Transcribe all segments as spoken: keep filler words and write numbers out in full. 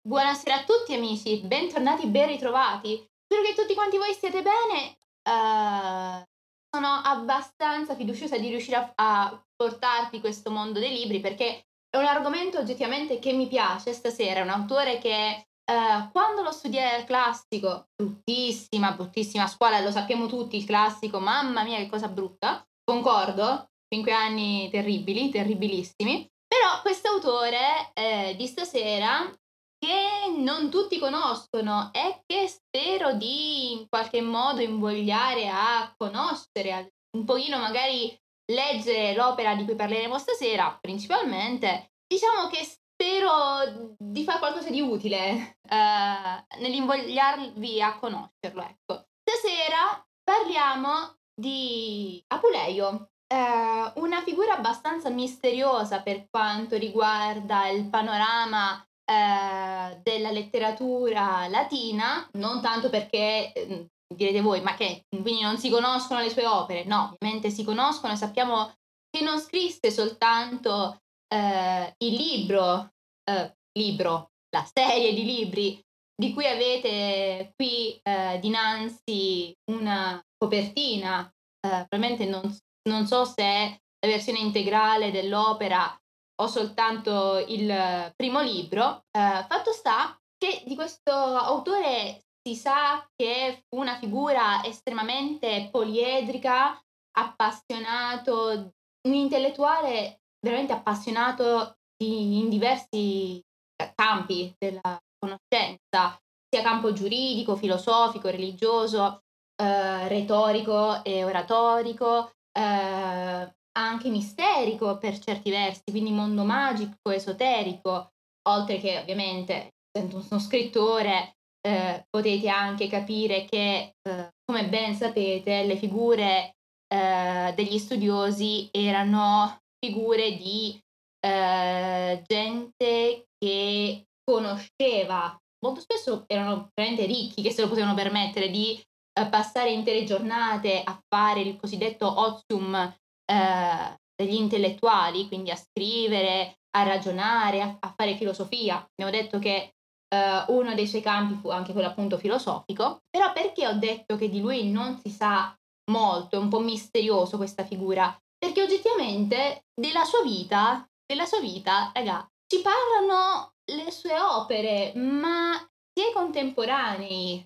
Buonasera a tutti amici, bentornati, ben ritrovati. Spero che tutti quanti voi stiate bene. Ehm, sono abbastanza fiduciosa di riuscire a, a portarvi questo mondo dei libri perché è un argomento oggettivamente che mi piace. Stasera è un autore che eh, quando lo studiai al classico, bruttissima, bruttissima scuola, lo sappiamo tutti, il classico, mamma mia che cosa brutta, concordo, cinque anni terribili, terribilissimi. Però quest'autore eh, di stasera che non tutti conoscono e che spero di in qualche modo invogliare a conoscere, a un pochino magari leggere l'opera di cui parleremo stasera, principalmente, diciamo che spero di fare qualcosa di utile eh, nell'invogliarvi a conoscerlo, ecco. Stasera parliamo di Apuleio, eh, una figura abbastanza misteriosa per quanto riguarda il panorama eh, della letteratura latina, non tanto perché eh, direte voi, ma che quindi non si conoscono le sue opere? No, ovviamente si conoscono e sappiamo che non scrisse soltanto eh, il libro, eh, libro, la serie di libri di cui avete qui eh, dinanzi una copertina, eh, probabilmente non, non so se è la versione integrale dell'opera o soltanto il primo libro. Eh, fatto sta che di questo autore si sa che fu una figura estremamente poliedrica, appassionato, un intellettuale veramente appassionato di, in diversi campi della conoscenza, sia campo giuridico, filosofico, religioso, eh, retorico e oratorico, eh, anche misterico per certi versi, quindi mondo magico, esoterico, oltre che ovviamente, essendo uno scrittore, eh, potete anche capire che, eh, come ben sapete, le figure eh, degli studiosi erano figure di eh, gente che conosceva, molto spesso erano veramente ricchi, che se lo potevano permettere di eh, passare intere giornate a fare il cosiddetto otium eh, degli intellettuali, quindi a scrivere, a ragionare, a, a fare filosofia. Abbiamo detto che eh, uno dei suoi campi fu anche quello appunto filosofico, però perché ho detto che di lui non si sa molto, è un po' misterioso questa figura? Perché oggettivamente della sua vita, della sua vita, raga, ci parlano le sue opere, ma sia i contemporanei,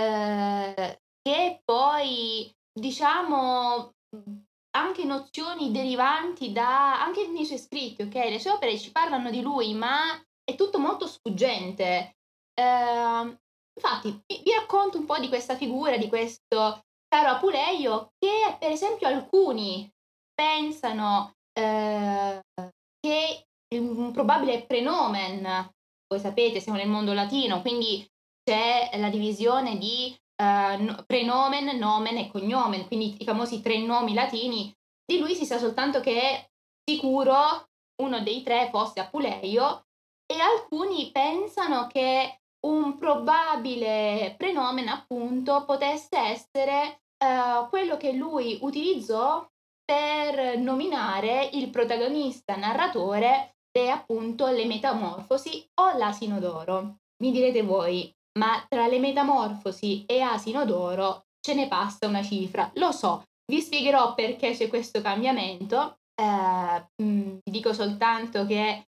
eh, che poi diciamo mh, anche nozioni derivanti da anche nei suoi scritti, ok? Le sue opere ci parlano di lui, ma è tutto molto sfuggente. Ehm, infatti, vi, vi racconto un po' di questa figura, di questo caro Apuleio, che per esempio alcuni pensano eh, che un probabile prenomen, voi sapete, siamo nel mondo latino, quindi c'è la divisione di eh, no- prenomen, nomen e cognomen, quindi i famosi tre nomi latini. Di lui si sa soltanto che è sicuro uno dei tre fosse Apuleio e alcuni pensano che un probabile prenomen appunto potesse essere eh, quello che lui utilizzò per nominare il protagonista narratore è appunto le Metamorfosi o l'Asino d'Oro. Mi direte voi, ma tra le Metamorfosi e Asino d'Oro ce ne passa una cifra. Lo so, vi spiegherò perché c'è questo cambiamento. Eh, mh, vi dico soltanto che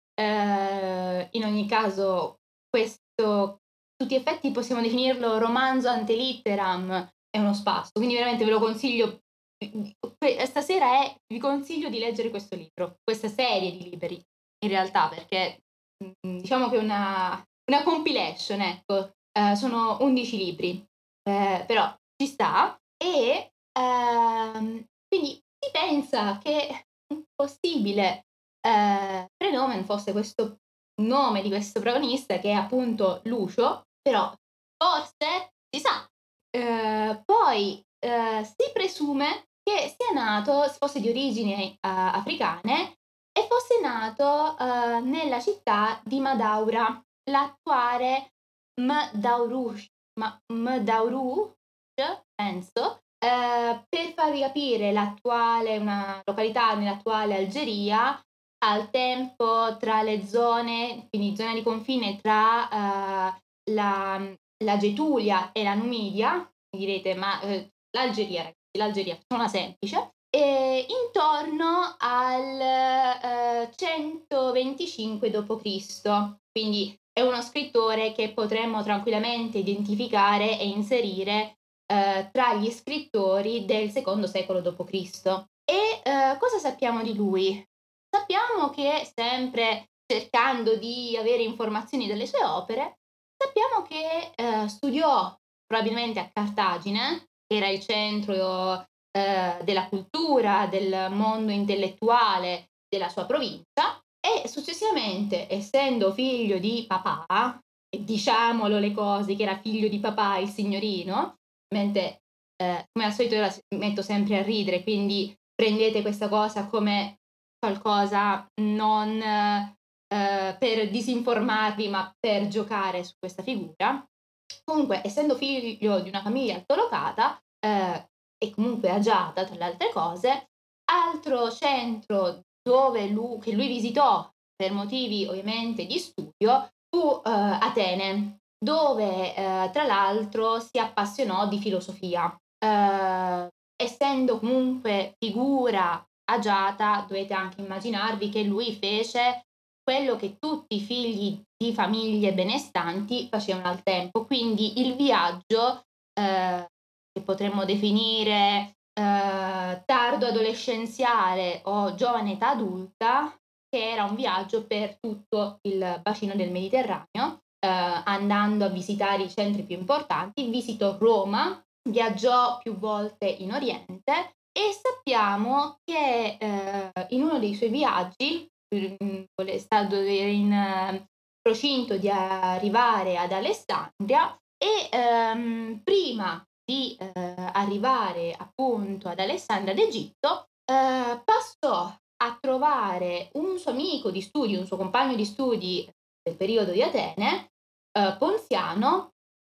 eh, in ogni caso questo, tutti gli effetti possiamo definirlo romanzo antelitteram, è uno spasso, quindi veramente ve lo consiglio. Stasera è, vi consiglio di leggere questo libro, questa serie di libri in realtà, perché mh, diciamo che è una, una compilation, ecco. Eh, sono undici libri, eh, però ci sta e ehm, quindi si pensa che un possibile eh, prenomen fosse questo nome di questo protagonista che è appunto Lucio, però forse si sa. Eh, poi eh, si presume che sia nato, fosse di origini eh, africane e fosse nato eh, nella città di Madaura, l'attuale Mdaurush, ma Mdaurush, penso, eh, per farvi capire l'attuale, una località nell'attuale Algeria, al tempo tra le zone, quindi zona di confine tra eh, la, la Getulia e la Numidia, mi direte, ma eh, l'Algeria, ragazzi, l'Algeria, facciamo una semplice, e intorno al eh, centoventicinque dopo Cristo. Quindi è uno scrittore che potremmo tranquillamente identificare e inserire eh, tra gli scrittori del secondo secolo dopo Cristo. E eh, cosa sappiamo di lui? Sappiamo che, sempre cercando di avere informazioni delle sue opere, sappiamo che eh, studiò probabilmente a Cartagine, che era il centro eh, della cultura, del mondo intellettuale della sua provincia, e successivamente, essendo figlio di papà, e diciamolo le cose, che era figlio di papà il signorino, mentre eh, come al solito io la metto sempre a ridere, quindi prendete questa cosa come qualcosa non eh, per disinformarvi, ma per giocare su questa figura. Comunque, essendo figlio di una famiglia altolocata eh, e comunque agiata, tra le altre cose, altro centro dove lui, che lui visitò per motivi ovviamente di studio fu eh, Atene, dove eh, tra l'altro si appassionò di filosofia. Eh, essendo comunque figura agiata, dovete anche immaginarvi che lui fece quello che tutti i figli di famiglie benestanti facevano al tempo, quindi il viaggio eh, che potremmo definire eh, tardo adolescenziale o giovane età adulta, che era un viaggio per tutto il bacino del Mediterraneo, eh, andando a visitare i centri più importanti. Visitò Roma, viaggiò più volte in Oriente e sappiamo che eh, in uno dei suoi viaggi, è stato in eh, procinto di arrivare ad Alessandria e ehm, prima di eh, arrivare appunto ad Alessandria d'Egitto eh, passò a trovare un suo amico di studi, un suo compagno di studi del periodo di Atene, eh, Ponziano,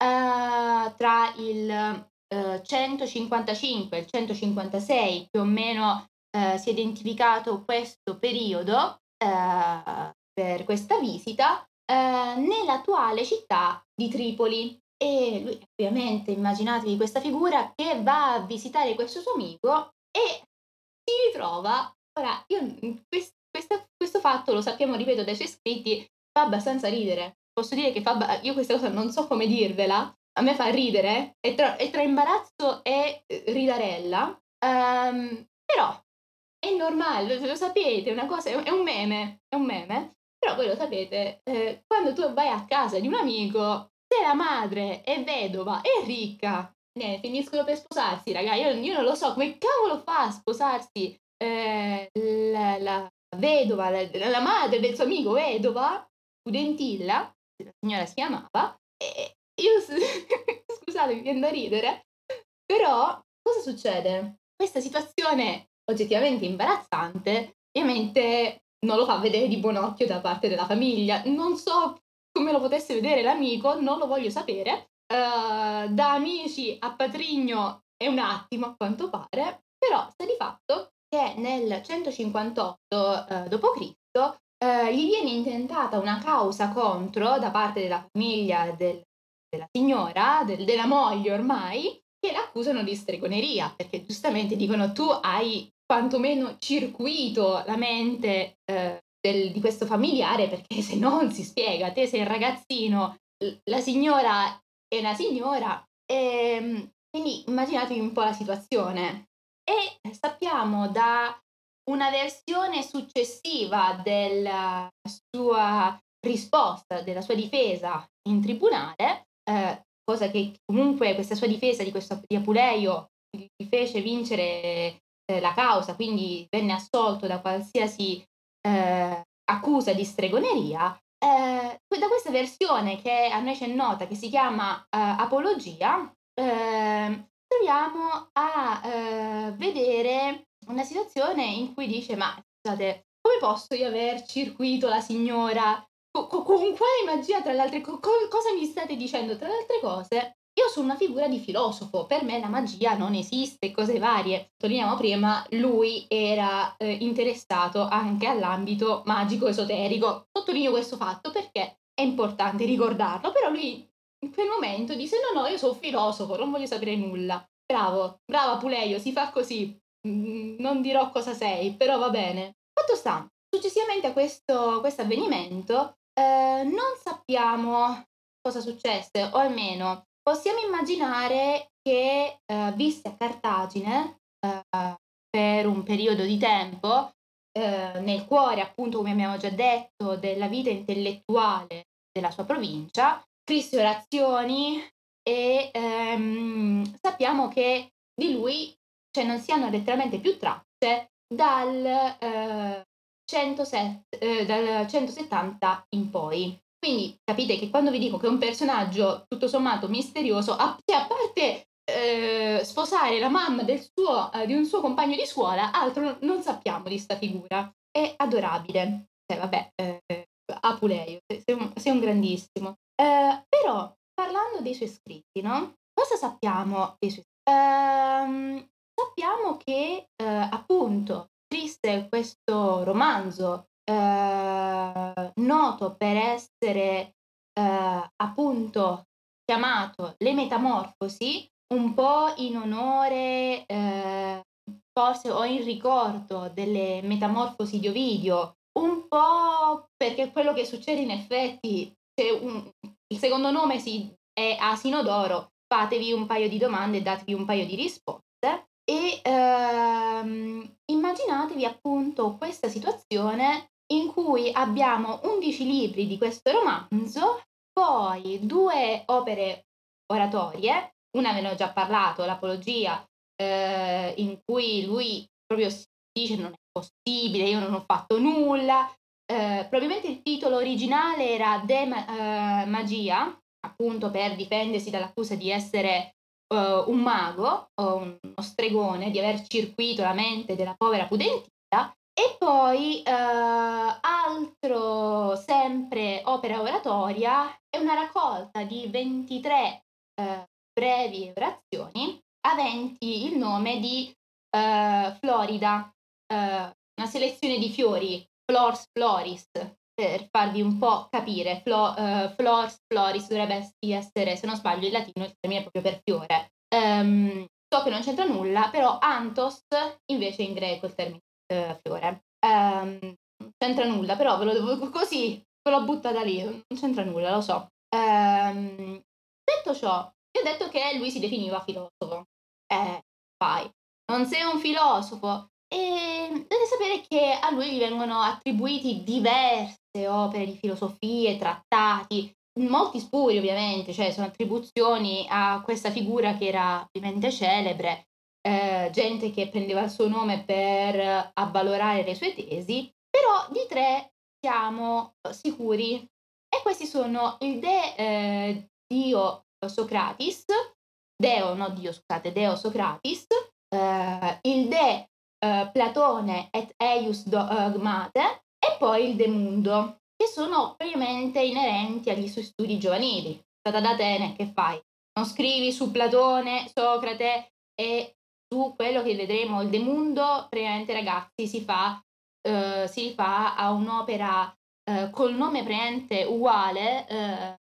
eh, tra il eh, centocinquantacinque e il centocinquantasei più o meno eh, si è identificato questo periodo eh, per questa visita eh, nell'attuale città di Tripoli. E lui, ovviamente, immaginatevi questa figura che va a visitare questo suo amico e si ritrova. Ora, io mm, quest- questa- questo fatto lo sappiamo, ripeto, dai suoi scritti, fa abbastanza ridere. Posso dire che fa, abba- io questa cosa non so come dirvela, a me fa ridere, è tra, è tra imbarazzo e eh, ridarella, Ehm, però è normale, lo, lo sapete, è una cosa, è un è un meme, è un meme, però voi lo sapete, eh, quando tu vai a casa di un amico, se la madre è vedova, è ricca, ne finiscono per sposarsi, raga, io, io non lo so, come cavolo fa a sposarsi eh, la, la vedova, la, la madre del suo amico vedova, Pudentilla, la signora si chiamava, e io, scusate, mi viene da ridere, però cosa succede? Questa situazione oggettivamente imbarazzante, ovviamente non lo fa vedere di buon occhio da parte della famiglia. Non so come lo potesse vedere l'amico, non lo voglio sapere. Uh, da amici a patrigno è un attimo, a quanto pare, però sta di fatto che nel centocinquantotto eh, dopo Cristo eh, gli viene intentata una causa contro da parte della famiglia del- della signora, del- della moglie ormai, che l'accusano di stregoneria, perché giustamente dicono tu hai quantomeno circuito la mente eh, del- di questo familiare, perché se no non si spiega, te sei un ragazzino, l- la signora è una signora, e quindi immaginatevi un po' la situazione. E sappiamo da una versione successiva della sua risposta, della sua difesa in tribunale, eh, cosa che comunque questa sua difesa di questo di Apuleio gli fece vincere eh, la causa, quindi venne assolto da qualsiasi eh, accusa di stregoneria. Eh, da questa versione che a noi c'è nota, che si chiama eh, Apologia, eh, troviamo a eh, vedere una situazione in cui dice: ma scusate, come posso io aver circuito la signora? Co- co- con quale magia, tra le altre co- co- cosa mi state dicendo? Tra le altre cose, io sono una figura di filosofo, per me la magia non esiste, cose varie. Sottolineiamo prima, lui era eh, interessato anche all'ambito magico esoterico. Sottolineo questo fatto perché è importante ricordarlo, però lui in quel momento disse no, no, io sono un filosofo, non voglio sapere nulla. Bravo, brava Puleio, si fa così. Mm, non dirò cosa sei, però va bene. Fatto sta, successivamente a questo avvenimento, eh, non sappiamo cosa successe, o almeno possiamo immaginare che, eh, visse a Cartagine eh, per un periodo di tempo, eh, nel cuore, appunto, come abbiamo già detto, della vita intellettuale della sua provincia, scrisse orazioni e ehm, sappiamo che di lui, cioè, non si hanno letteralmente più tracce dal, eh, centosette, eh, dal centosettanta in poi. Quindi capite che quando vi dico che è un personaggio tutto sommato misterioso, a, cioè, a parte eh, sposare la mamma del suo, eh, di un suo compagno di scuola, altro non sappiamo di sta figura. È adorabile. Cioè, vabbè, eh, Apuleio, sei, sei un, sei un grandissimo. Eh, però, parlando dei suoi scritti, no? Cosa sappiamo dei suoi scritti? Ehm, sappiamo che, eh, appunto, scrisse questo romanzo eh, noto per essere eh, appunto chiamato Le Metamorfosi, un po' in onore, eh, forse o in ricordo delle Metamorfosi di Ovidio, un po' perché quello che succede in effetti, se un, il secondo nome si, è Asinodoro, fatevi un paio di domande e datevi un paio di risposte. E ehm, immaginatevi appunto questa situazione in cui abbiamo undici libri di questo romanzo, poi due opere oratorie, una ve ne ho già parlato, l'Apologia, eh, in cui lui proprio si dice non è possibile, io non ho fatto nulla. Eh, probabilmente il titolo originale era De Ma- eh, Magia, appunto per difendersi dall'accusa di essere uh, un mago o uno stregone, di aver circuito la mente della povera Pudentilla, e poi uh, altro sempre opera oratoria è una raccolta di ventitré uh, brevi orazioni aventi il nome di uh, Florida, uh, una selezione di fiori, Flors Floris, per farvi un po' capire. Flo, uh, Flors Floris dovrebbe essere, se non sbaglio, in latino il termine proprio per fiore. Um, so che non c'entra nulla, però Antos invece in greco il termine uh, fiore. Um, non c'entra nulla, però ve lo devo così, ve l'ho buttata lì, non c'entra nulla, lo so. Um, detto ciò, io ho detto che lui si definiva filosofo. Eh, vai, non sei un filosofo. E dovete sapere che a lui gli vengono attribuiti diverse opere di filosofie, trattati, molti spuri ovviamente, cioè sono attribuzioni a questa figura che era ovviamente celebre, eh, gente che prendeva il suo nome per avvalorare le sue tesi, però di tre siamo sicuri e questi sono il de eh, Dio Socratis, Deo, no Dio, scusate, Deo Socratis, eh, il de eh, Platone et eius dogmate e poi il de Mundo, che sono praticamente inerenti agli suoi studi giovanili. Stata ad Atene, che fai? Non scrivi su Platone, Socrate e su quello che vedremo, il de Mundo, praticamente ragazzi si fa, eh, si rifà a un'opera eh, col nome praticamente uguale, eh,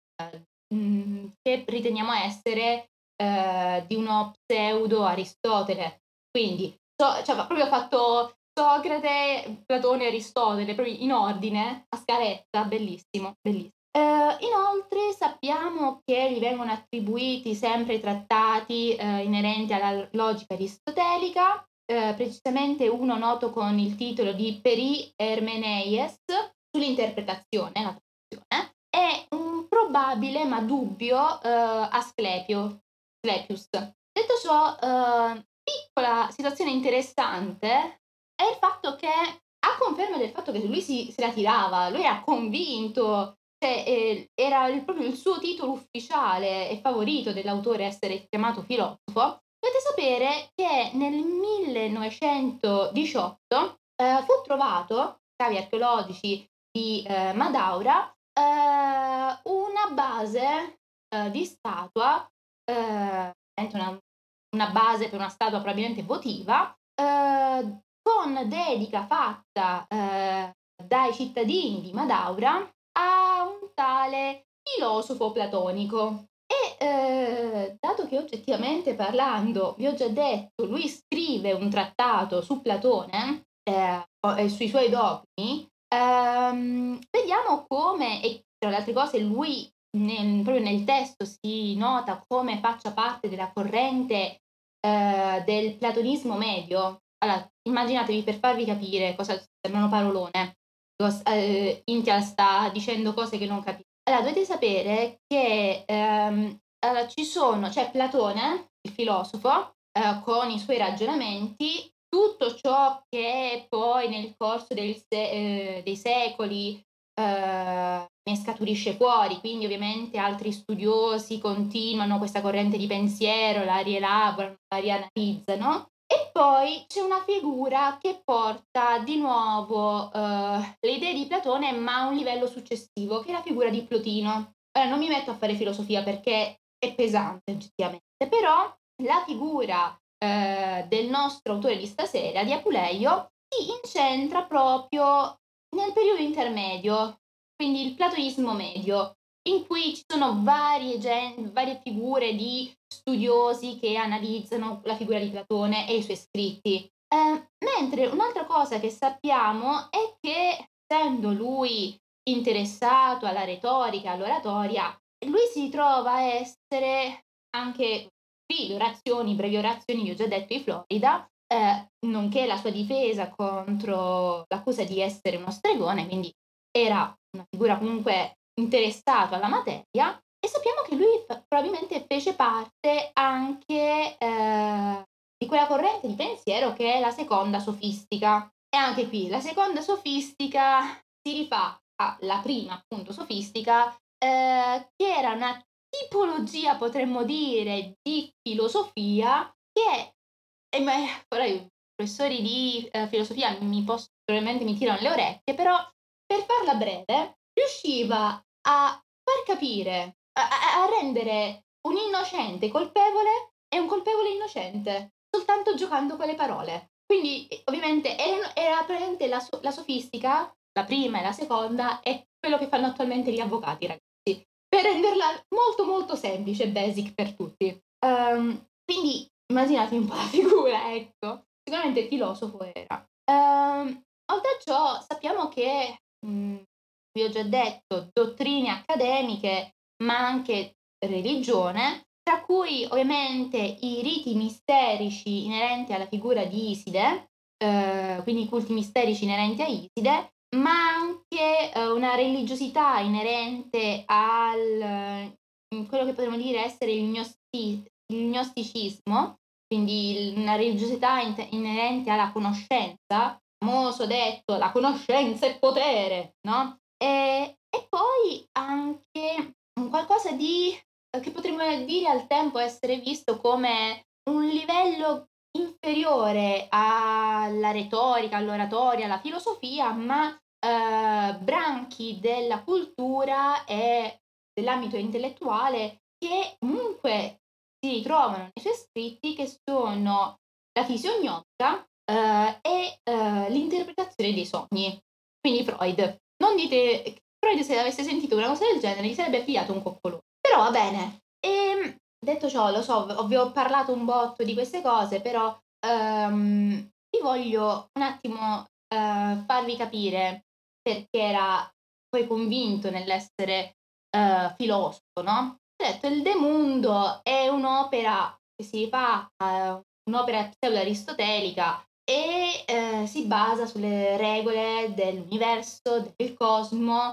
mh, che riteniamo essere eh, di uno pseudo Aristotele. Quindi, so, cioè, proprio fatto Socrate, Platone e Aristotele, proprio in ordine, a scaletta, bellissimo, bellissimo. Eh, inoltre sappiamo che gli vengono attribuiti sempre i trattati eh, inerenti alla logica aristotelica, eh, precisamente uno noto con il titolo di Peri Hermeneies sull'interpretazione, la traduzione, e un probabile ma dubbio eh, Asclepio, Asclepius. Detto ciò, eh, piccola situazione interessante è il fatto che, a conferma del fatto che lui si, se la tirava, lui era convinto, cioè, eh, era il, proprio il suo titolo ufficiale e favorito dell'autore essere chiamato filosofo. Dovete sapere che nel millenovecentodiciotto eh, fu trovato, scavi archeologici di eh, Madaura, eh, una base eh, di statua ehm, una una base per una statua probabilmente votiva, ehm, con dedica fatta, ehm, dai cittadini di Madaura a un tale filosofo platonico. E, ehm, dato che oggettivamente parlando, vi ho già detto, lui scrive un trattato su Platone, ehm, o e sui suoi dogmi, ehm, vediamo come e tra le altre cose lui nel proprio nel testo si nota come faccia parte della corrente, ehm, del platonismo medio. Allora, immaginatevi per farvi capire cosa sembrano parolone, cos ehm, Intia sta dicendo cose che non capi allora dovete sapere che, ehm, allora ci sono c'è Platone, il filosofo, ehm, con i suoi ragionamenti, tutto ciò che poi nel corso del se ehm, dei secoli, ehm, ne scaturisce fuori, quindi ovviamente altri studiosi continuano questa corrente di pensiero, la rielaborano, la rianalizzano. E poi c'è una figura che porta di nuovo, uhm, le idee di Platone, ma a un livello successivo, che è la figura di Plotino. Ora non mi metto a fare filosofia perché è pesante oggettivamente, però la figura, ehm, del nostro autore di stasera, di Apuleio, si incentra proprio nel periodo intermedio, quindi il platonismo medio, in cui ci sono varie gen varie figure di studiosi che analizzano la figura di Platone e i suoi scritti. Ehm, mentre un'altra cosa che sappiamo è che, essendo lui interessato alla retorica, all'oratoria, lui si trova a essere anche qui le orazioni, brevi orazioni, vi ho già detto i Florida, ehm, nonché la sua difesa contro l'accusa di essere uno stregone, quindi era una figura comunque interessato alla materia e sappiamo che lui f probabilmente fece parte anche, ehm, di quella corrente di pensiero che è la seconda sofistica. E anche qui la seconda sofistica si rifà alla prima, appunto, sofistica, ehm, che era una tipologia, potremmo dire, di filosofia che e beh, ora i professori di, ehm, filosofia mi pos probabilmente mi tirano le orecchie, però per farla breve, riusciva a far capire, a a a rendere un innocente colpevole e un colpevole innocente, soltanto giocando con le parole. Quindi, ehm, ovviamente erano era praticamente la so la sofistica, la prima e la seconda, è quello che fanno attualmente gli avvocati, ragazzi, per renderla molto, molto semplice e basic per tutti. Uhm, quindi immaginati un po' la figura, ecco. Sicuramente filosofo era. Ehm, oltre a ciò sappiamo che, mhmm, vi ho già detto, dottrine accademiche, ma anche religione, tra cui ovviamente i riti misterici inerenti alla figura di Iside, ehm, quindi i culti misterici inerenti a Iside, ma anche, ehm, una religiosità inerente al mhmm, quello che potremmo dire essere il gnosti il gnosticismo, quindi il una religiosità int inerente alla conoscenza, famoso detto: "La conoscenza è potere", no, ehm, e poi anche un qualcosa di ehm, che potremmo dire al tempo essere visto come un livello inferiore alla retorica, all'oratoria, alla filosofia, ma, ehm, branchi della cultura e dell'ambito intellettuale che comunque si ritrovano nei suoi scritti, che sono la fisiognota, ehm, e, ehm, l'interpretazione dei sogni. Quindi Freud. Non dite che Freud, se avesse sentito una cosa del genere gli sarebbe filato un coccolone. Però va bene. Ehm, detto ciò, lo so, v vi ho parlato un botto di queste cose, però, ehm, vi voglio un attimo, ehm, farvi capire perché era poi convinto nell'essere, ehm, filosofo, no, ha detto: "Il De Mundo è un'opera che si rifà a un'opera pseudo-aristotelica e, ehm, si basa sulle regole dell'universo, del cosmo,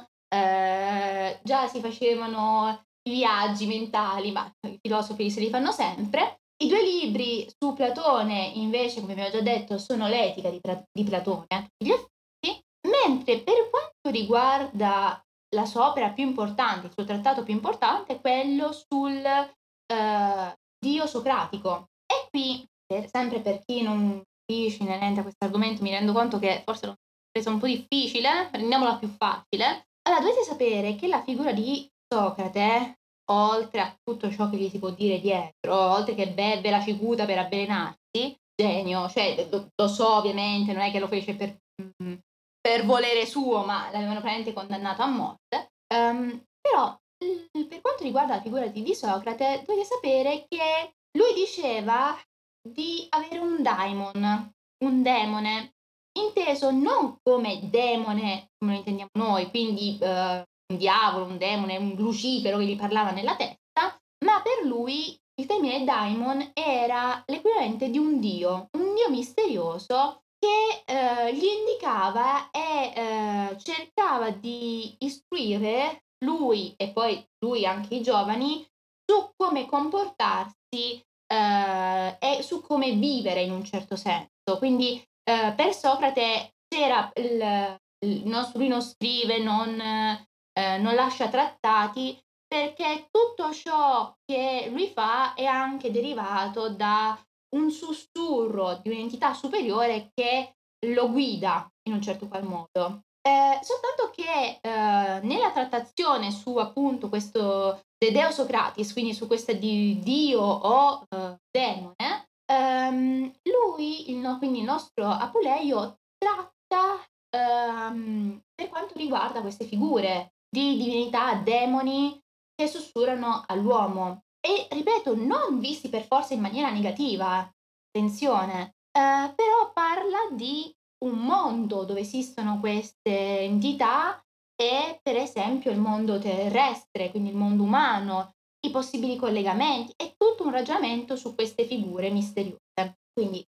ehm, già si facevano i viaggi mentali, ma i filosofi se li fanno sempre. I due libri su Platone invece, come vi ho già detto, sono l'Etica di Pra di Platone a tutti gli effetti, mentre per quanto riguarda la sua opera più importante, il suo trattato più importante è quello sul, ehm, Dio socratico. E qui, per sempre per chi non capisce inerente a questo argomento, mi rendo conto che forse l'ho presa un po' difficile, rendiamola più facile. Allora, dovete sapere che la figura di Socrate oltre a tutto ciò che gli si può dire dietro, oltre che beve la cicuta per avvelenarsi, genio, cioè lo lo so ovviamente, non è che lo fece per mhmm, per volere suo, ma l'avevano praticamente condannato a morte. Ehm, però l per quanto riguarda la figura di di Socrate, dovete sapere che lui diceva di avere un daimon, un demone, inteso non come demone come lo intendiamo noi, quindi, uhm, un diavolo, un demone, un Lucifero che gli parlava nella testa, ma per lui il termine daimon era l'equivalente di un dio, un dio misterioso che, ehm, gli indicava e, ehm, cercava di istruire lui e poi lui anche i giovani su come comportarsi, ehm, e su come vivere in un certo senso. Quindi, ehm, per Socrate c'era il il non lui non scrive, non ehm, non lascia trattati, perché tutto ciò che lui fa è anche derivato da un sussurro di un'entità superiore che lo guida in un certo qual modo. Ehm, soltanto che, ehm, nella trattazione su appunto questo De Deo Socratis, quindi su questa di Dio o, uhm, demone, ehm, lui, il no quindi il nostro Apuleio, tratta, ehm, per quanto riguarda queste figure di divinità, demoni che sussurrano all'uomo. E ripeto, non visti per forza in maniera negativa, attenzione, ehm, però parla di un mondo dove esistono queste entità e per esempio il mondo terrestre, quindi il mondo umano, i possibili collegamenti e tutto un ragionamento su queste figure misteriose. Quindi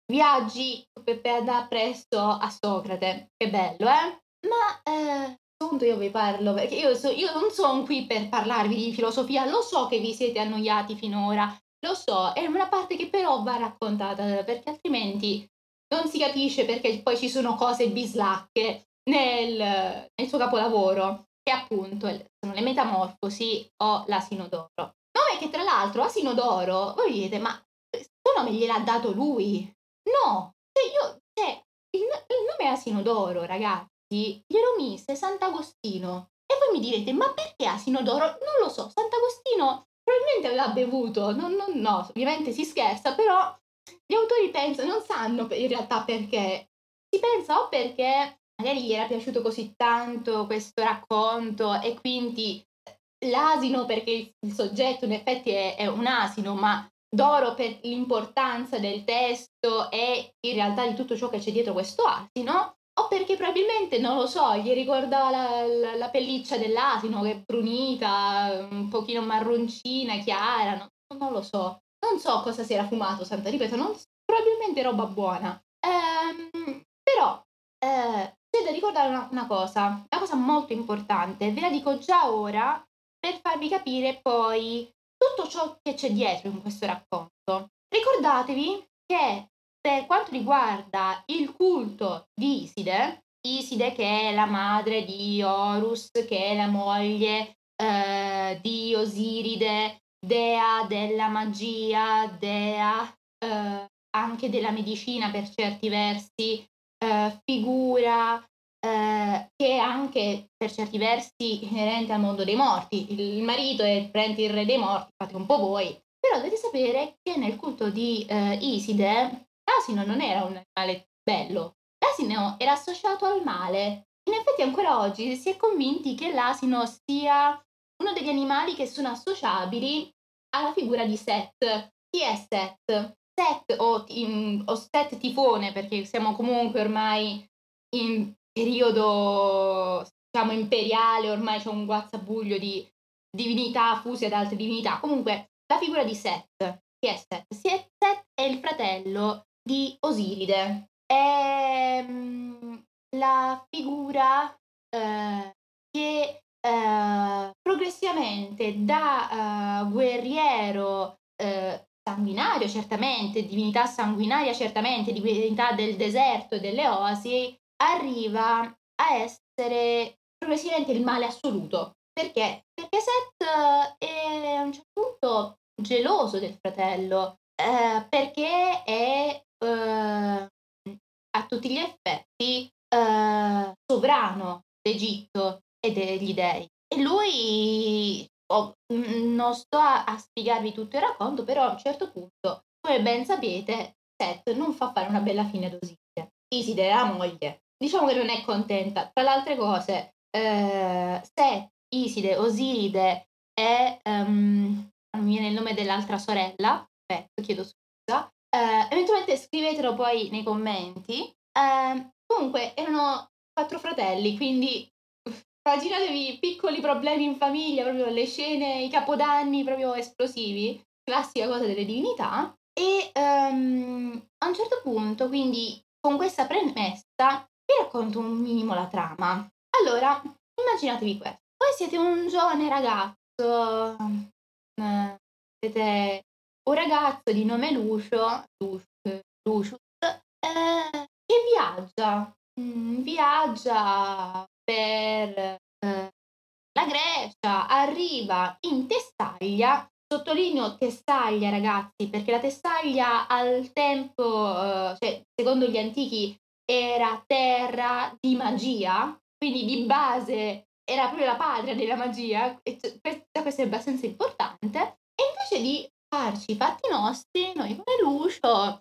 viaggi pe pe da presto a Socrate, che bello, eh? Ma, ehm, appunto io vi parlo perché io so io non son qui per parlarvi di filosofia, lo so che vi siete annoiati finora, lo so, è una parte che però va raccontata, perché altrimenti non si capisce perché poi ci sono cose bislacche nel nel suo capolavoro, che appunto l sono le Metamorfosi o l'Asino d'oro. Nome che tra l'altro Asino d'oro, voi direte: "Ma questo nome gliel'ha dato lui?" No, cioè io cioè il no il nome Asino d'oro ragazzi glielo mise Sant'Agostino e voi mi direte: "Ma perché Asino d'oro?" Non lo so, Sant'Agostino probabilmente aveva bevuto, non non no, ovviamente si scherza, però gli autori pensa non sanno pe in realtà perché. Si pensa o perché magari gli era piaciuto così tanto questo racconto e quindi, ehm, l'asino perché il il soggetto in effetti è è un asino, ma d'oro per l'importanza del testo e in realtà di tutto ciò che c'è dietro questo asino, o perché probabilmente, non lo so, gli ricordava la la la pelliccia dell'asino che è brunita, un pochino marroncina, chiara, no non lo so. Non so cosa si era fumato Santa ripeto, non s probabilmente roba buona. Ehm, però, ehm, c'è da ricordare una una cosa, una cosa molto importante, ve la dico già ora per farvi capire poi tutto ciò che c'è dietro in questo racconto. Ricordatevi che per quanto riguarda il culto di Iside, Iside che è la madre di Horus, che è la moglie, ehm, di Osiride, dea della magia, dea, ehm, anche della medicina per certi versi, ehm, figura, ehm, che è anche per certi versi inerente al mondo dei morti. Il marito è praticamente il re dei morti, fate un po' voi. Però dovete sapere che nel culto di, ehm, Iside, l'asino non era un animale bello, l'asino era associato al male. In effetti ancora oggi si è convinti che l'asino sia uno degli animali che sono associabili alla figura di Set. Chi è Set? Set o ti mhmm, o Set Tifone, perché siamo comunque ormai in periodo, diciamo, imperiale, ormai c'è un guazzabuglio di divinità fuse ad altre divinità. Comunque, la figura di Set. Chi è Set? Si è Set è il fratello di Osiride. Ehm, la figura, ehm, che, ehm, progressivamente da, uhm, guerriero, ehm, sanguinario certamente, divinità sanguinaria certamente, divinità del deserto e delle oasi, arriva a essere progressivamente il male assoluto. Perché? Perché Set è a un certo punto geloso del fratello, ehm, perché è, uhm, a tutti gli effetti, uhm, sovrano d'Egitto e degli dei. E lui o mhmm, non sto a a spiegarvi tutto il racconto, però a un certo punto, come ben sapete, Seth non fa fare una bella fine ad Osiride. Iside, la moglie, diciamo che non è contenta. Tra le altre cose, ehm, Seth, Iside, Osiride e, ehm, non mi viene il nome dell'altra sorella, aspetta, chiedo scusa, ehm, eventualmente scrivetelo poi nei commenti. Ehm, comunque erano quattro fratelli, quindi immaginatevi piccoli problemi in famiglia, proprio le scene, i capodanni proprio esplosivi, classica cosa delle divinità. E, ehm, a un certo punto, quindi con questa premessa, vi racconto un minimo la trama. Allora, immaginatevi questo: voi siete un giovane ragazzo, ehm, siete un ragazzo di nome Lucio, Luc Lucius, ehm, che viaggia, mhmm, viaggia per, ehm, la Grecia, arriva in Tessaglia, sottolineo Tessaglia ragazzi, perché la Tessaglia al tempo, uhm, cioè secondo gli antichi era terra di magia, quindi di base era proprio la patria della magia e c questa questo è abbastanza importante. E invece di farci i fatti nostri, noi come Lucio,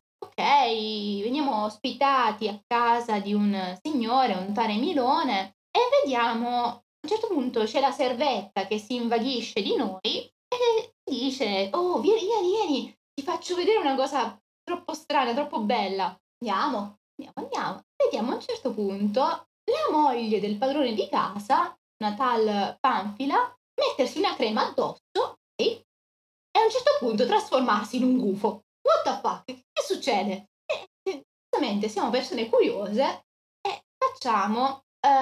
okay, veniamo ospitati a casa di un signore, un tale Milone, e vediamo a un certo punto c'è la servetta che si invaghisce di noi e dice: "Oh, vieni, vieni, vieni, ti faccio vedere una cosa troppo strana, troppo bella". Andiamo, andiamo, andiamo. Vediamo a un certo punto la moglie del padrone di casa, una tal Panfila, mettersi una crema addosso, sì, e a un certo punto trasformarsi in un gufo. What the fuck? Che succede? E e giustamente siamo persone curiose e facciamo,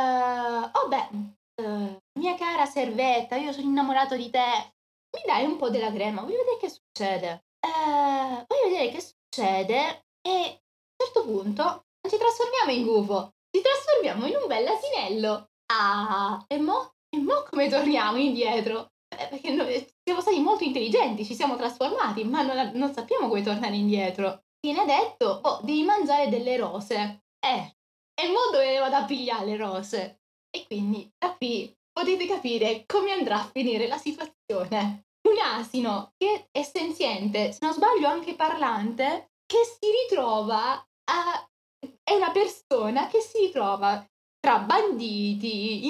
ehm: "Oh beh, uhm, mia cara servetta, io sono innamorato di te, mi dai un po' della crema, voglio vedere che succede". Ehm, voglio vedere che succede e a un certo punto non ci trasformiamo in gufo, ci trasformiamo in un bell'asinello. Ah, e mo? E mo come torniamo indietro? Eh, perché noi siamo stati molto intelligenti, ci siamo trasformati, ma non a non sappiamo come tornare indietro. Viene detto: "Oh, devi mangiare delle rose". Eh, e mo dove vado a piglià le rose? E quindi da qui potete capire come andrà a finire la situazione. Un asino che è senziente, se non sbaglio anche parlante, che si ritrova a è una persona che si ritrova tra banditi,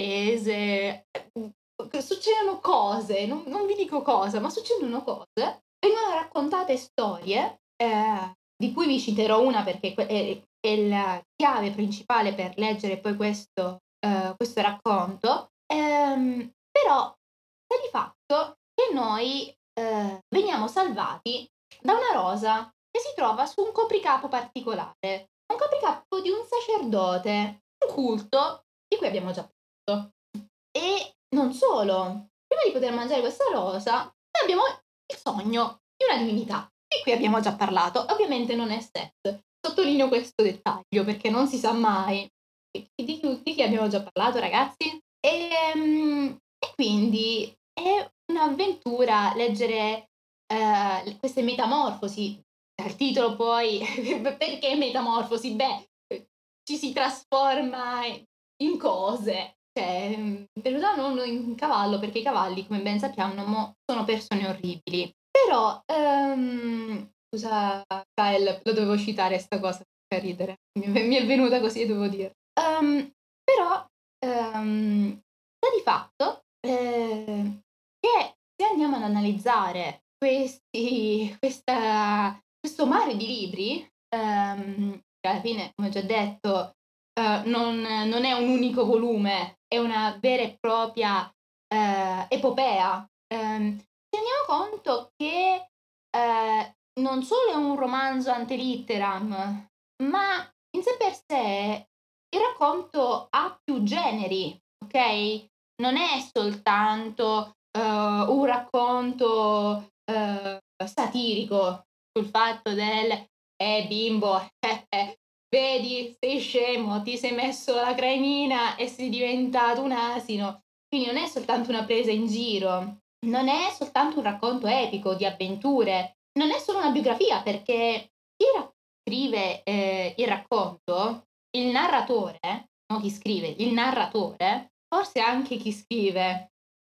imprese, ehm, che succedono cose, non non vi dico cosa, ma succedono cose, vengono raccontate storie, ehm, di cui vi citerò una perché que è è la chiave principale per leggere poi questo ehm, questo racconto, ehm, però sta di fatto che noi, ehm, veniamo salvati da una rosa che si trova su un copricapo particolare, un copricapo di un sacerdote, un culto di cui abbiamo già parlato. E non solo, prima di poter mangiare questa rosa, noi abbiamo il sogno di una divinità, di cui abbiamo già parlato. Ovviamente non è Seth. Sottolineo questo dettaglio perché non si sa mai. Di di chi di chi abbiamo già parlato ragazzi? Ehm, e quindi è un'avventura leggere, ehm, queste metamorfosi. Dal titolo poi perché metamorfosi? Beh, ehm, ci si trasforma in cose. Cioè, mhmm, in realtà non in cavallo, perché i cavalli, come ben sappiamo, sono persone orribili. Però, ehm, scusa Kyle, lo dovevo citare 'sta cosa, fa ridere. Mi è ve mi è venuta così e dovevo dir Ehm, però, ehm, sta di fatto, ehm, che se andiamo ad analizzare questi questa questo mare di libri, ehm, che alla fine, come ho già detto, ehm, non non è un unico volume, è una vera e propria, ehm, epopea. Ehm, ci rendiamo conto che, ehm, non solo è un romanzo ante litteram, ma in sé per sé il racconto ha più generi, okay, non è soltanto, uhm, un racconto, uhm, satirico sul fatto del: "Eh bimbo, eh, eh, vedi sei scemo, ti sei messo la cremina e sei diventato un asino". Quindi non è soltanto una presa in giro, non è soltanto un racconto epico di avventure, non è solo una biografia perché chi ra scrive, ehm, il racconto, il narratore, non chi scrive, il narratore, forse anche chi scrive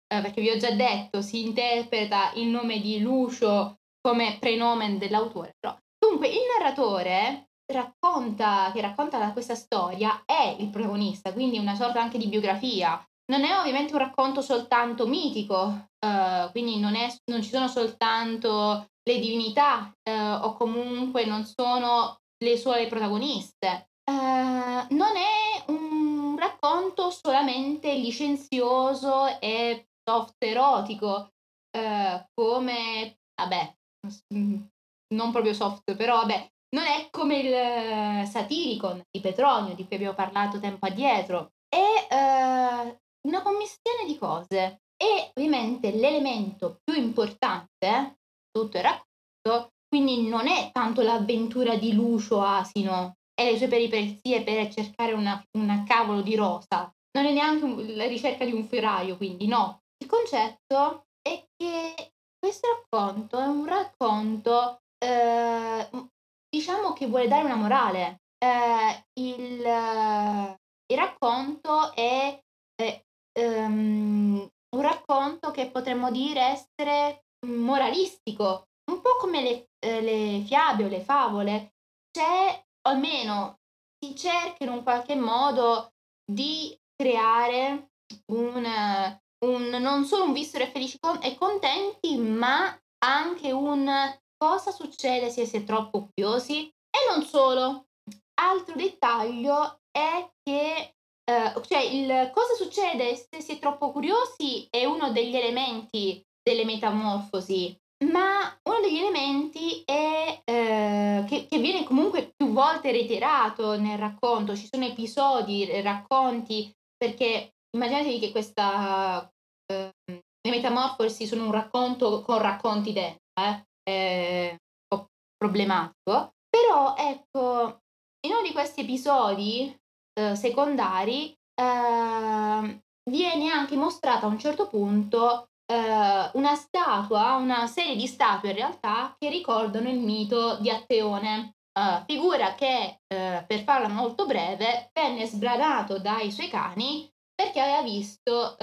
ehm, perché vi ho già detto, si interpreta il nome di Lucio come prenomen dell'autore, però comunque il narratore racconta che racconta la questa storia è il protagonista, quindi una sorta anche di biografia. Non è ovviamente un racconto soltanto mitico, uhm, quindi non è s non ci sono soltanto le divinità, uhm, o comunque non sono le sole protagoniste. Ehm, non è un racconto solamente licenzioso e soft erotico, uhm, come vabbè, s mhmm, non proprio soft, però vabbè, non è come il Satyricon di Petronio, di cui abbiamo parlato tempo addietro. È, uhm, una commistione di cose e ovviamente l'elemento più importante, tutto il racconto, quindi non è tanto l'avventura di Lucio Asino e le sue peripezie per cercare una una cavolo di rosa, non è neanche un la ricerca di un ferraio, quindi no. Il concetto è che questo racconto è un racconto, ehm, mhmm, diciamo che vuole dare una morale. Ehm, il il racconto è è, ehm, un racconto che potremmo dire essere moralistico, un po' come le ehm, le fiabe o le favole. C'è o almeno si cerca in un qualche modo di creare un un non solo un vissero felici con e contenti, ma anche un cosa succede se si è troppo curiosi? E non solo. Altro dettaglio è che, ehm, cioè il cosa succede se si è troppo curiosi è uno degli elementi delle metamorfosi, ma uno degli elementi è, ehm, che che viene comunque più volte reiterato nel racconto. Ci sono episodi, e racconti, perché immaginatevi che questa ehm, le metamorfosi sono un racconto con racconti dentro, eh, è un po' problematico, però ecco, in uno di questi episodi, uhm, secondari, ehm, viene anche mostrata a un certo punto, ehm, una statua, una serie di statue in realtà, che ricordano il mito di Atteone, uhm, figura che, ehm, per farla molto breve, venne sbranato dai suoi cani perché aveva visto,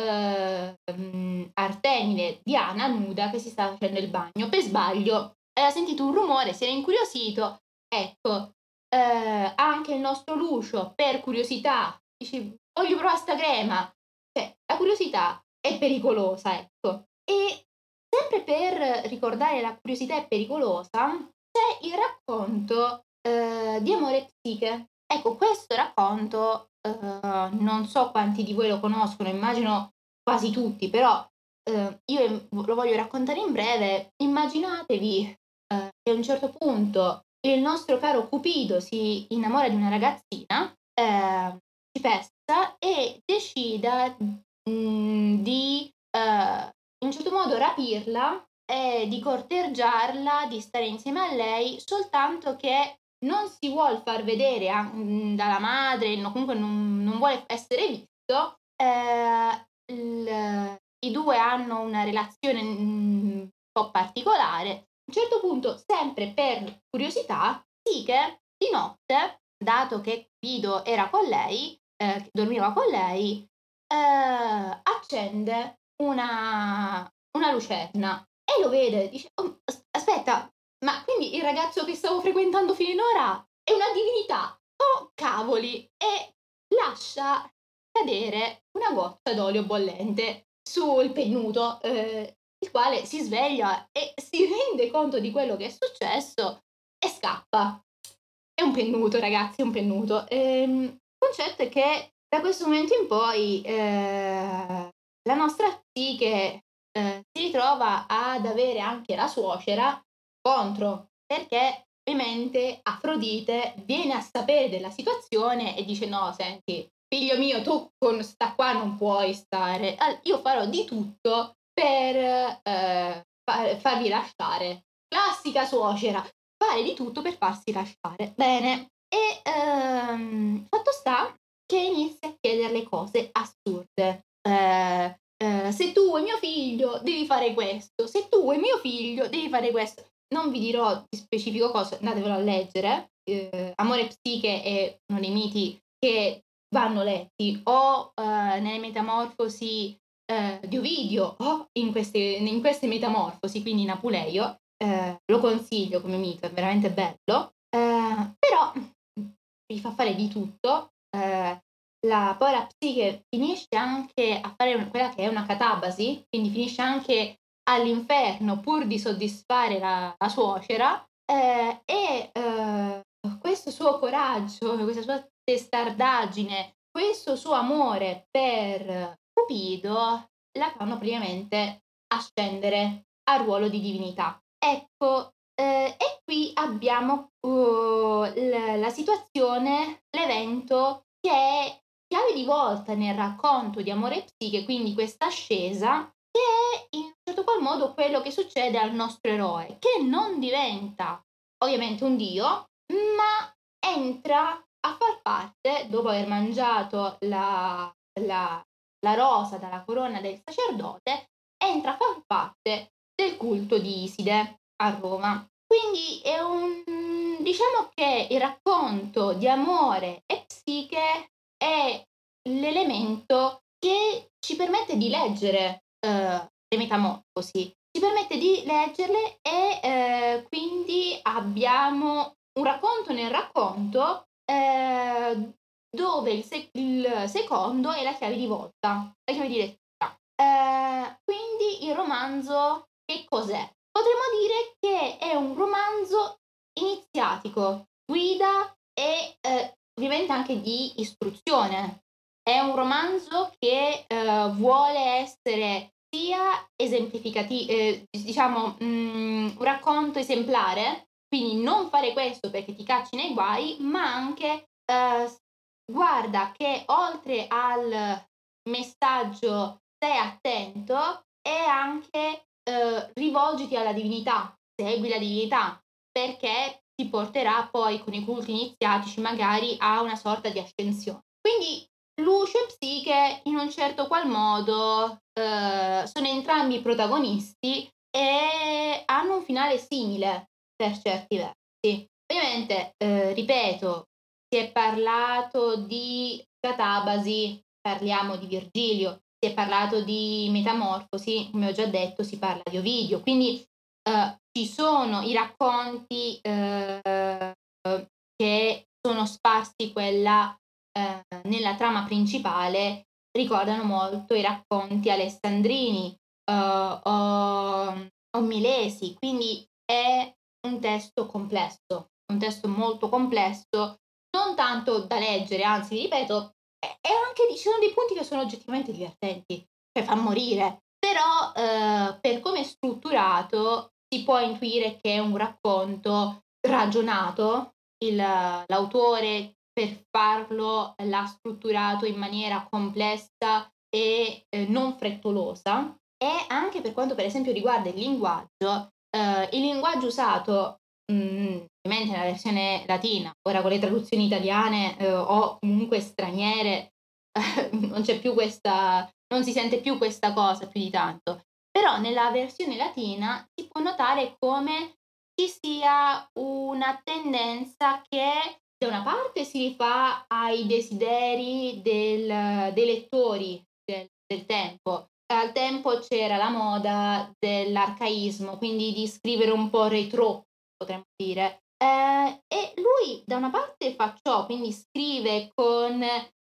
ehm, Artemide, Diana nuda che si stava facendo il bagno. Per sbaglio aveva sentito un rumore, si era incuriosito, ecco, ehm, anche il nostro Lucio per curiosità dice: "Voglio provà 'sta crema". Cioè, la curiosità è pericolosa, ecco. E sempre per ricordare la curiosità è pericolosa, c'è il racconto, ehm, di Amore e Psiche. Ecco, questo racconto, uhm, non so quanti di voi lo conoscono, immagino quasi tutti, però, uhm, io, ehm, lo voglio raccontare in breve. Immaginatevi, uhm, che a un certo punto il nostro caro Cupido si innamora di una ragazzina, ehm, ci pesta e decida, mhmm, di, ehm, in un certo modo rapirla e di corteggiarla, di stare insieme a lei, soltanto che non si vuol far vedere a mhmm, dalla madre, no comunque non non vuole essere visto, ehm, il i due hanno una relazione, mhmm, un po' particolare. A un certo punto, sempre per curiosità, Psiche di notte, dato che Cupido era con lei, ehm, dormiva con lei, ehm, accende una una lucerna e lo vede, dice: "Oh, as aspetta, ma quindi il ragazzo che stavo frequentando finora è una divinità? Oh cavoli!" E lascia cadere una goccia d'olio bollente sul pennuto, ehm, il quale si sveglia e si rende conto di quello che è successo e scappa. È un pennuto ragazzi, è un pennuto. Ehm, il concetto è che da questo momento in poi, ehm, la nostra Psiche, ehm, si ritrova ad avere anche la suocera contro, perché ovviamente Afrodite viene a sapere della situazione e dice: "No, senti, figlio mio, tu con 'sta qua non puoi stare. Al io farò di tutto per, ehm, fa farvi lasciare." Classica suocera, fare di tutto per farsi lasciare. Bene, e, ehm, fatto sta che inizia a chiederle cose assurde. Ehm, ehm: "Se tu vuoi mio figlio devi fare questo, se tu vuoi mio figlio devi fare questo." Non vi dirò di specifico cosa, andatevelo a leggere. Ehm, Amore e Psiche è uno dei miti che vanno letti o, ehm, nelle Metamorfosi, ehm, di Ovidio o in queste in queste Metamorfosi, quindi in Apuleio, ehm, lo consiglio come mito, è veramente bello, ehm, però, mhmm, gli fa fare di tutto, ehm, la poi la psiche finisce anche a fare un quella che è una catabasi, quindi finisce anche all'inferno pur di soddisfare la la suocera, ehm, e, uhm, questo suo coraggio, questa sua testardaggine, questo suo amore per Cupido la fanno praticamente ascendere al ruolo di divinità. Ecco, ehm, e qui abbiamo, uhm, l la situazione, l'evento che è chiave di volta nel racconto di Amore e Psiche, quindi questa ascesa, che è in un certo qual modo quello che succede al nostro eroe, che non diventa ovviamente un dio, ma entra a far parte, dopo aver mangiato la la la rosa dalla corona del sacerdote, entra a far parte del culto di Iside a Roma. Quindi è un diciamo che il racconto di Amore e Psiche è l'elemento che ci permette di leggere, uhm, le Metamorfosi, ci permette di leggerle e, ehm, quindi abbiamo un racconto nel racconto, ehm, dove il se il secondo è la chiave di volta, la chiave di lettura. Ehm, quindi il romanzo che cos'è? Potremmo dire che è un romanzo iniziatico, guida e, ehm, ovviamente anche di istruzione. È un romanzo che, ehm, vuole essere sia esemplificati ehm, diciamo, mhmm, un racconto esemplare, quindi non fare questo perché ti cacci nei guai, ma anche, ehm, s guarda che oltre al messaggio "stai attento" è anche, ehm, rivolgiti alla divinità, segui la divinità, perché ti porterà poi con i culti iniziatici magari a una sorta di ascensione. Quindi Lucio e Psiche in un certo qual modo, uhm, sono entrambi protagonisti e hanno un finale simile per certi versi. Ovviamente, uhm, ripeto, si è parlato di Catabasi, parliamo di Virgilio, si è parlato di Metamorfosi, come ho già detto si parla di Ovidio, quindi, uhm, ci sono i racconti, uhm, che sono sparsi quella ehm, nella trama principale ricordano molto i racconti alessandrini, uhm, o o milesi, quindi è un testo complesso, un testo molto complesso, non tanto da leggere, anzi ripeto, è è anche ci sono dei punti che sono oggettivamente divertenti, cioè fa morire, però, uhm, per come è strutturato si può intuire che è un racconto ragionato, il l'autore per farlo l'ha strutturato in maniera complessa e, ehm, non frettolosa e anche per quanto per esempio riguarda il linguaggio, ehm, il linguaggio usato, mhmm, ovviamente nella versione latina, ora con le traduzioni italiane, ehm, o comunque straniere, non c'è più questa non si sente più questa cosa più di tanto. Però nella versione latina si può notare come ci sia una tendenza che da una parte si rifà ai desideri del dei lettori del del tempo. Al tempo c'era la moda dell'arcaismo, quindi di scrivere un po' rétro, potremmo dire. Ehm, e lui da una parte fa ciò, quindi scrive con,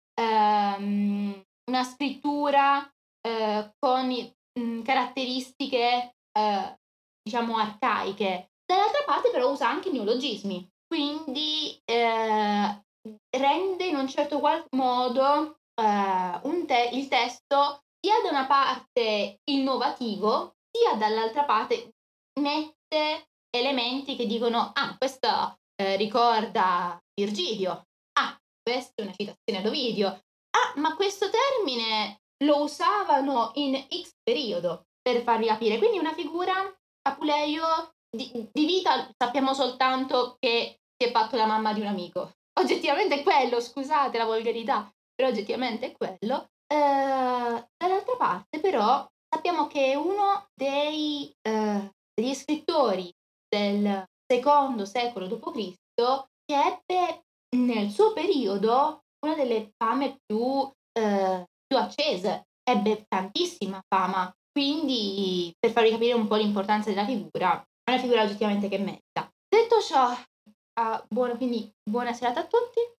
ehm, una scrittura, ehm, con i mhmm, caratteristiche, ehm, diciamo arcaiche. Dall'altra parte però usa anche neologismi, quindi, ehm, rende in un certo qual modo, ehm, un te il testo sia da una parte innovativo, sia dall'altra parte mette elementi che dicono: "Ah, questo, ehm, ricorda Virgilio. Ah, questa è una citazione ad Ovidio. Ah, ma questo termine lo usavano in X periodo", per farvi capire. Quindi una figura, Apuleio, di di vita sappiamo soltanto che si è fatto la mamma di un amico. Oggettivamente è quello, scusate la volgarità, però oggettivamente è quello. Ehm, dall'altra parte però sappiamo che è uno dei ehm, degli scrittori del secondo secolo dopo Cristo che ebbe nel suo periodo una delle fame più ehm, più accese. ebbe tantissima fama, quindi per farvi capire un po' l'importanza della figura, è una figura oggettivamente che merita. Detto ciò, a buona quindi buona serata a tutti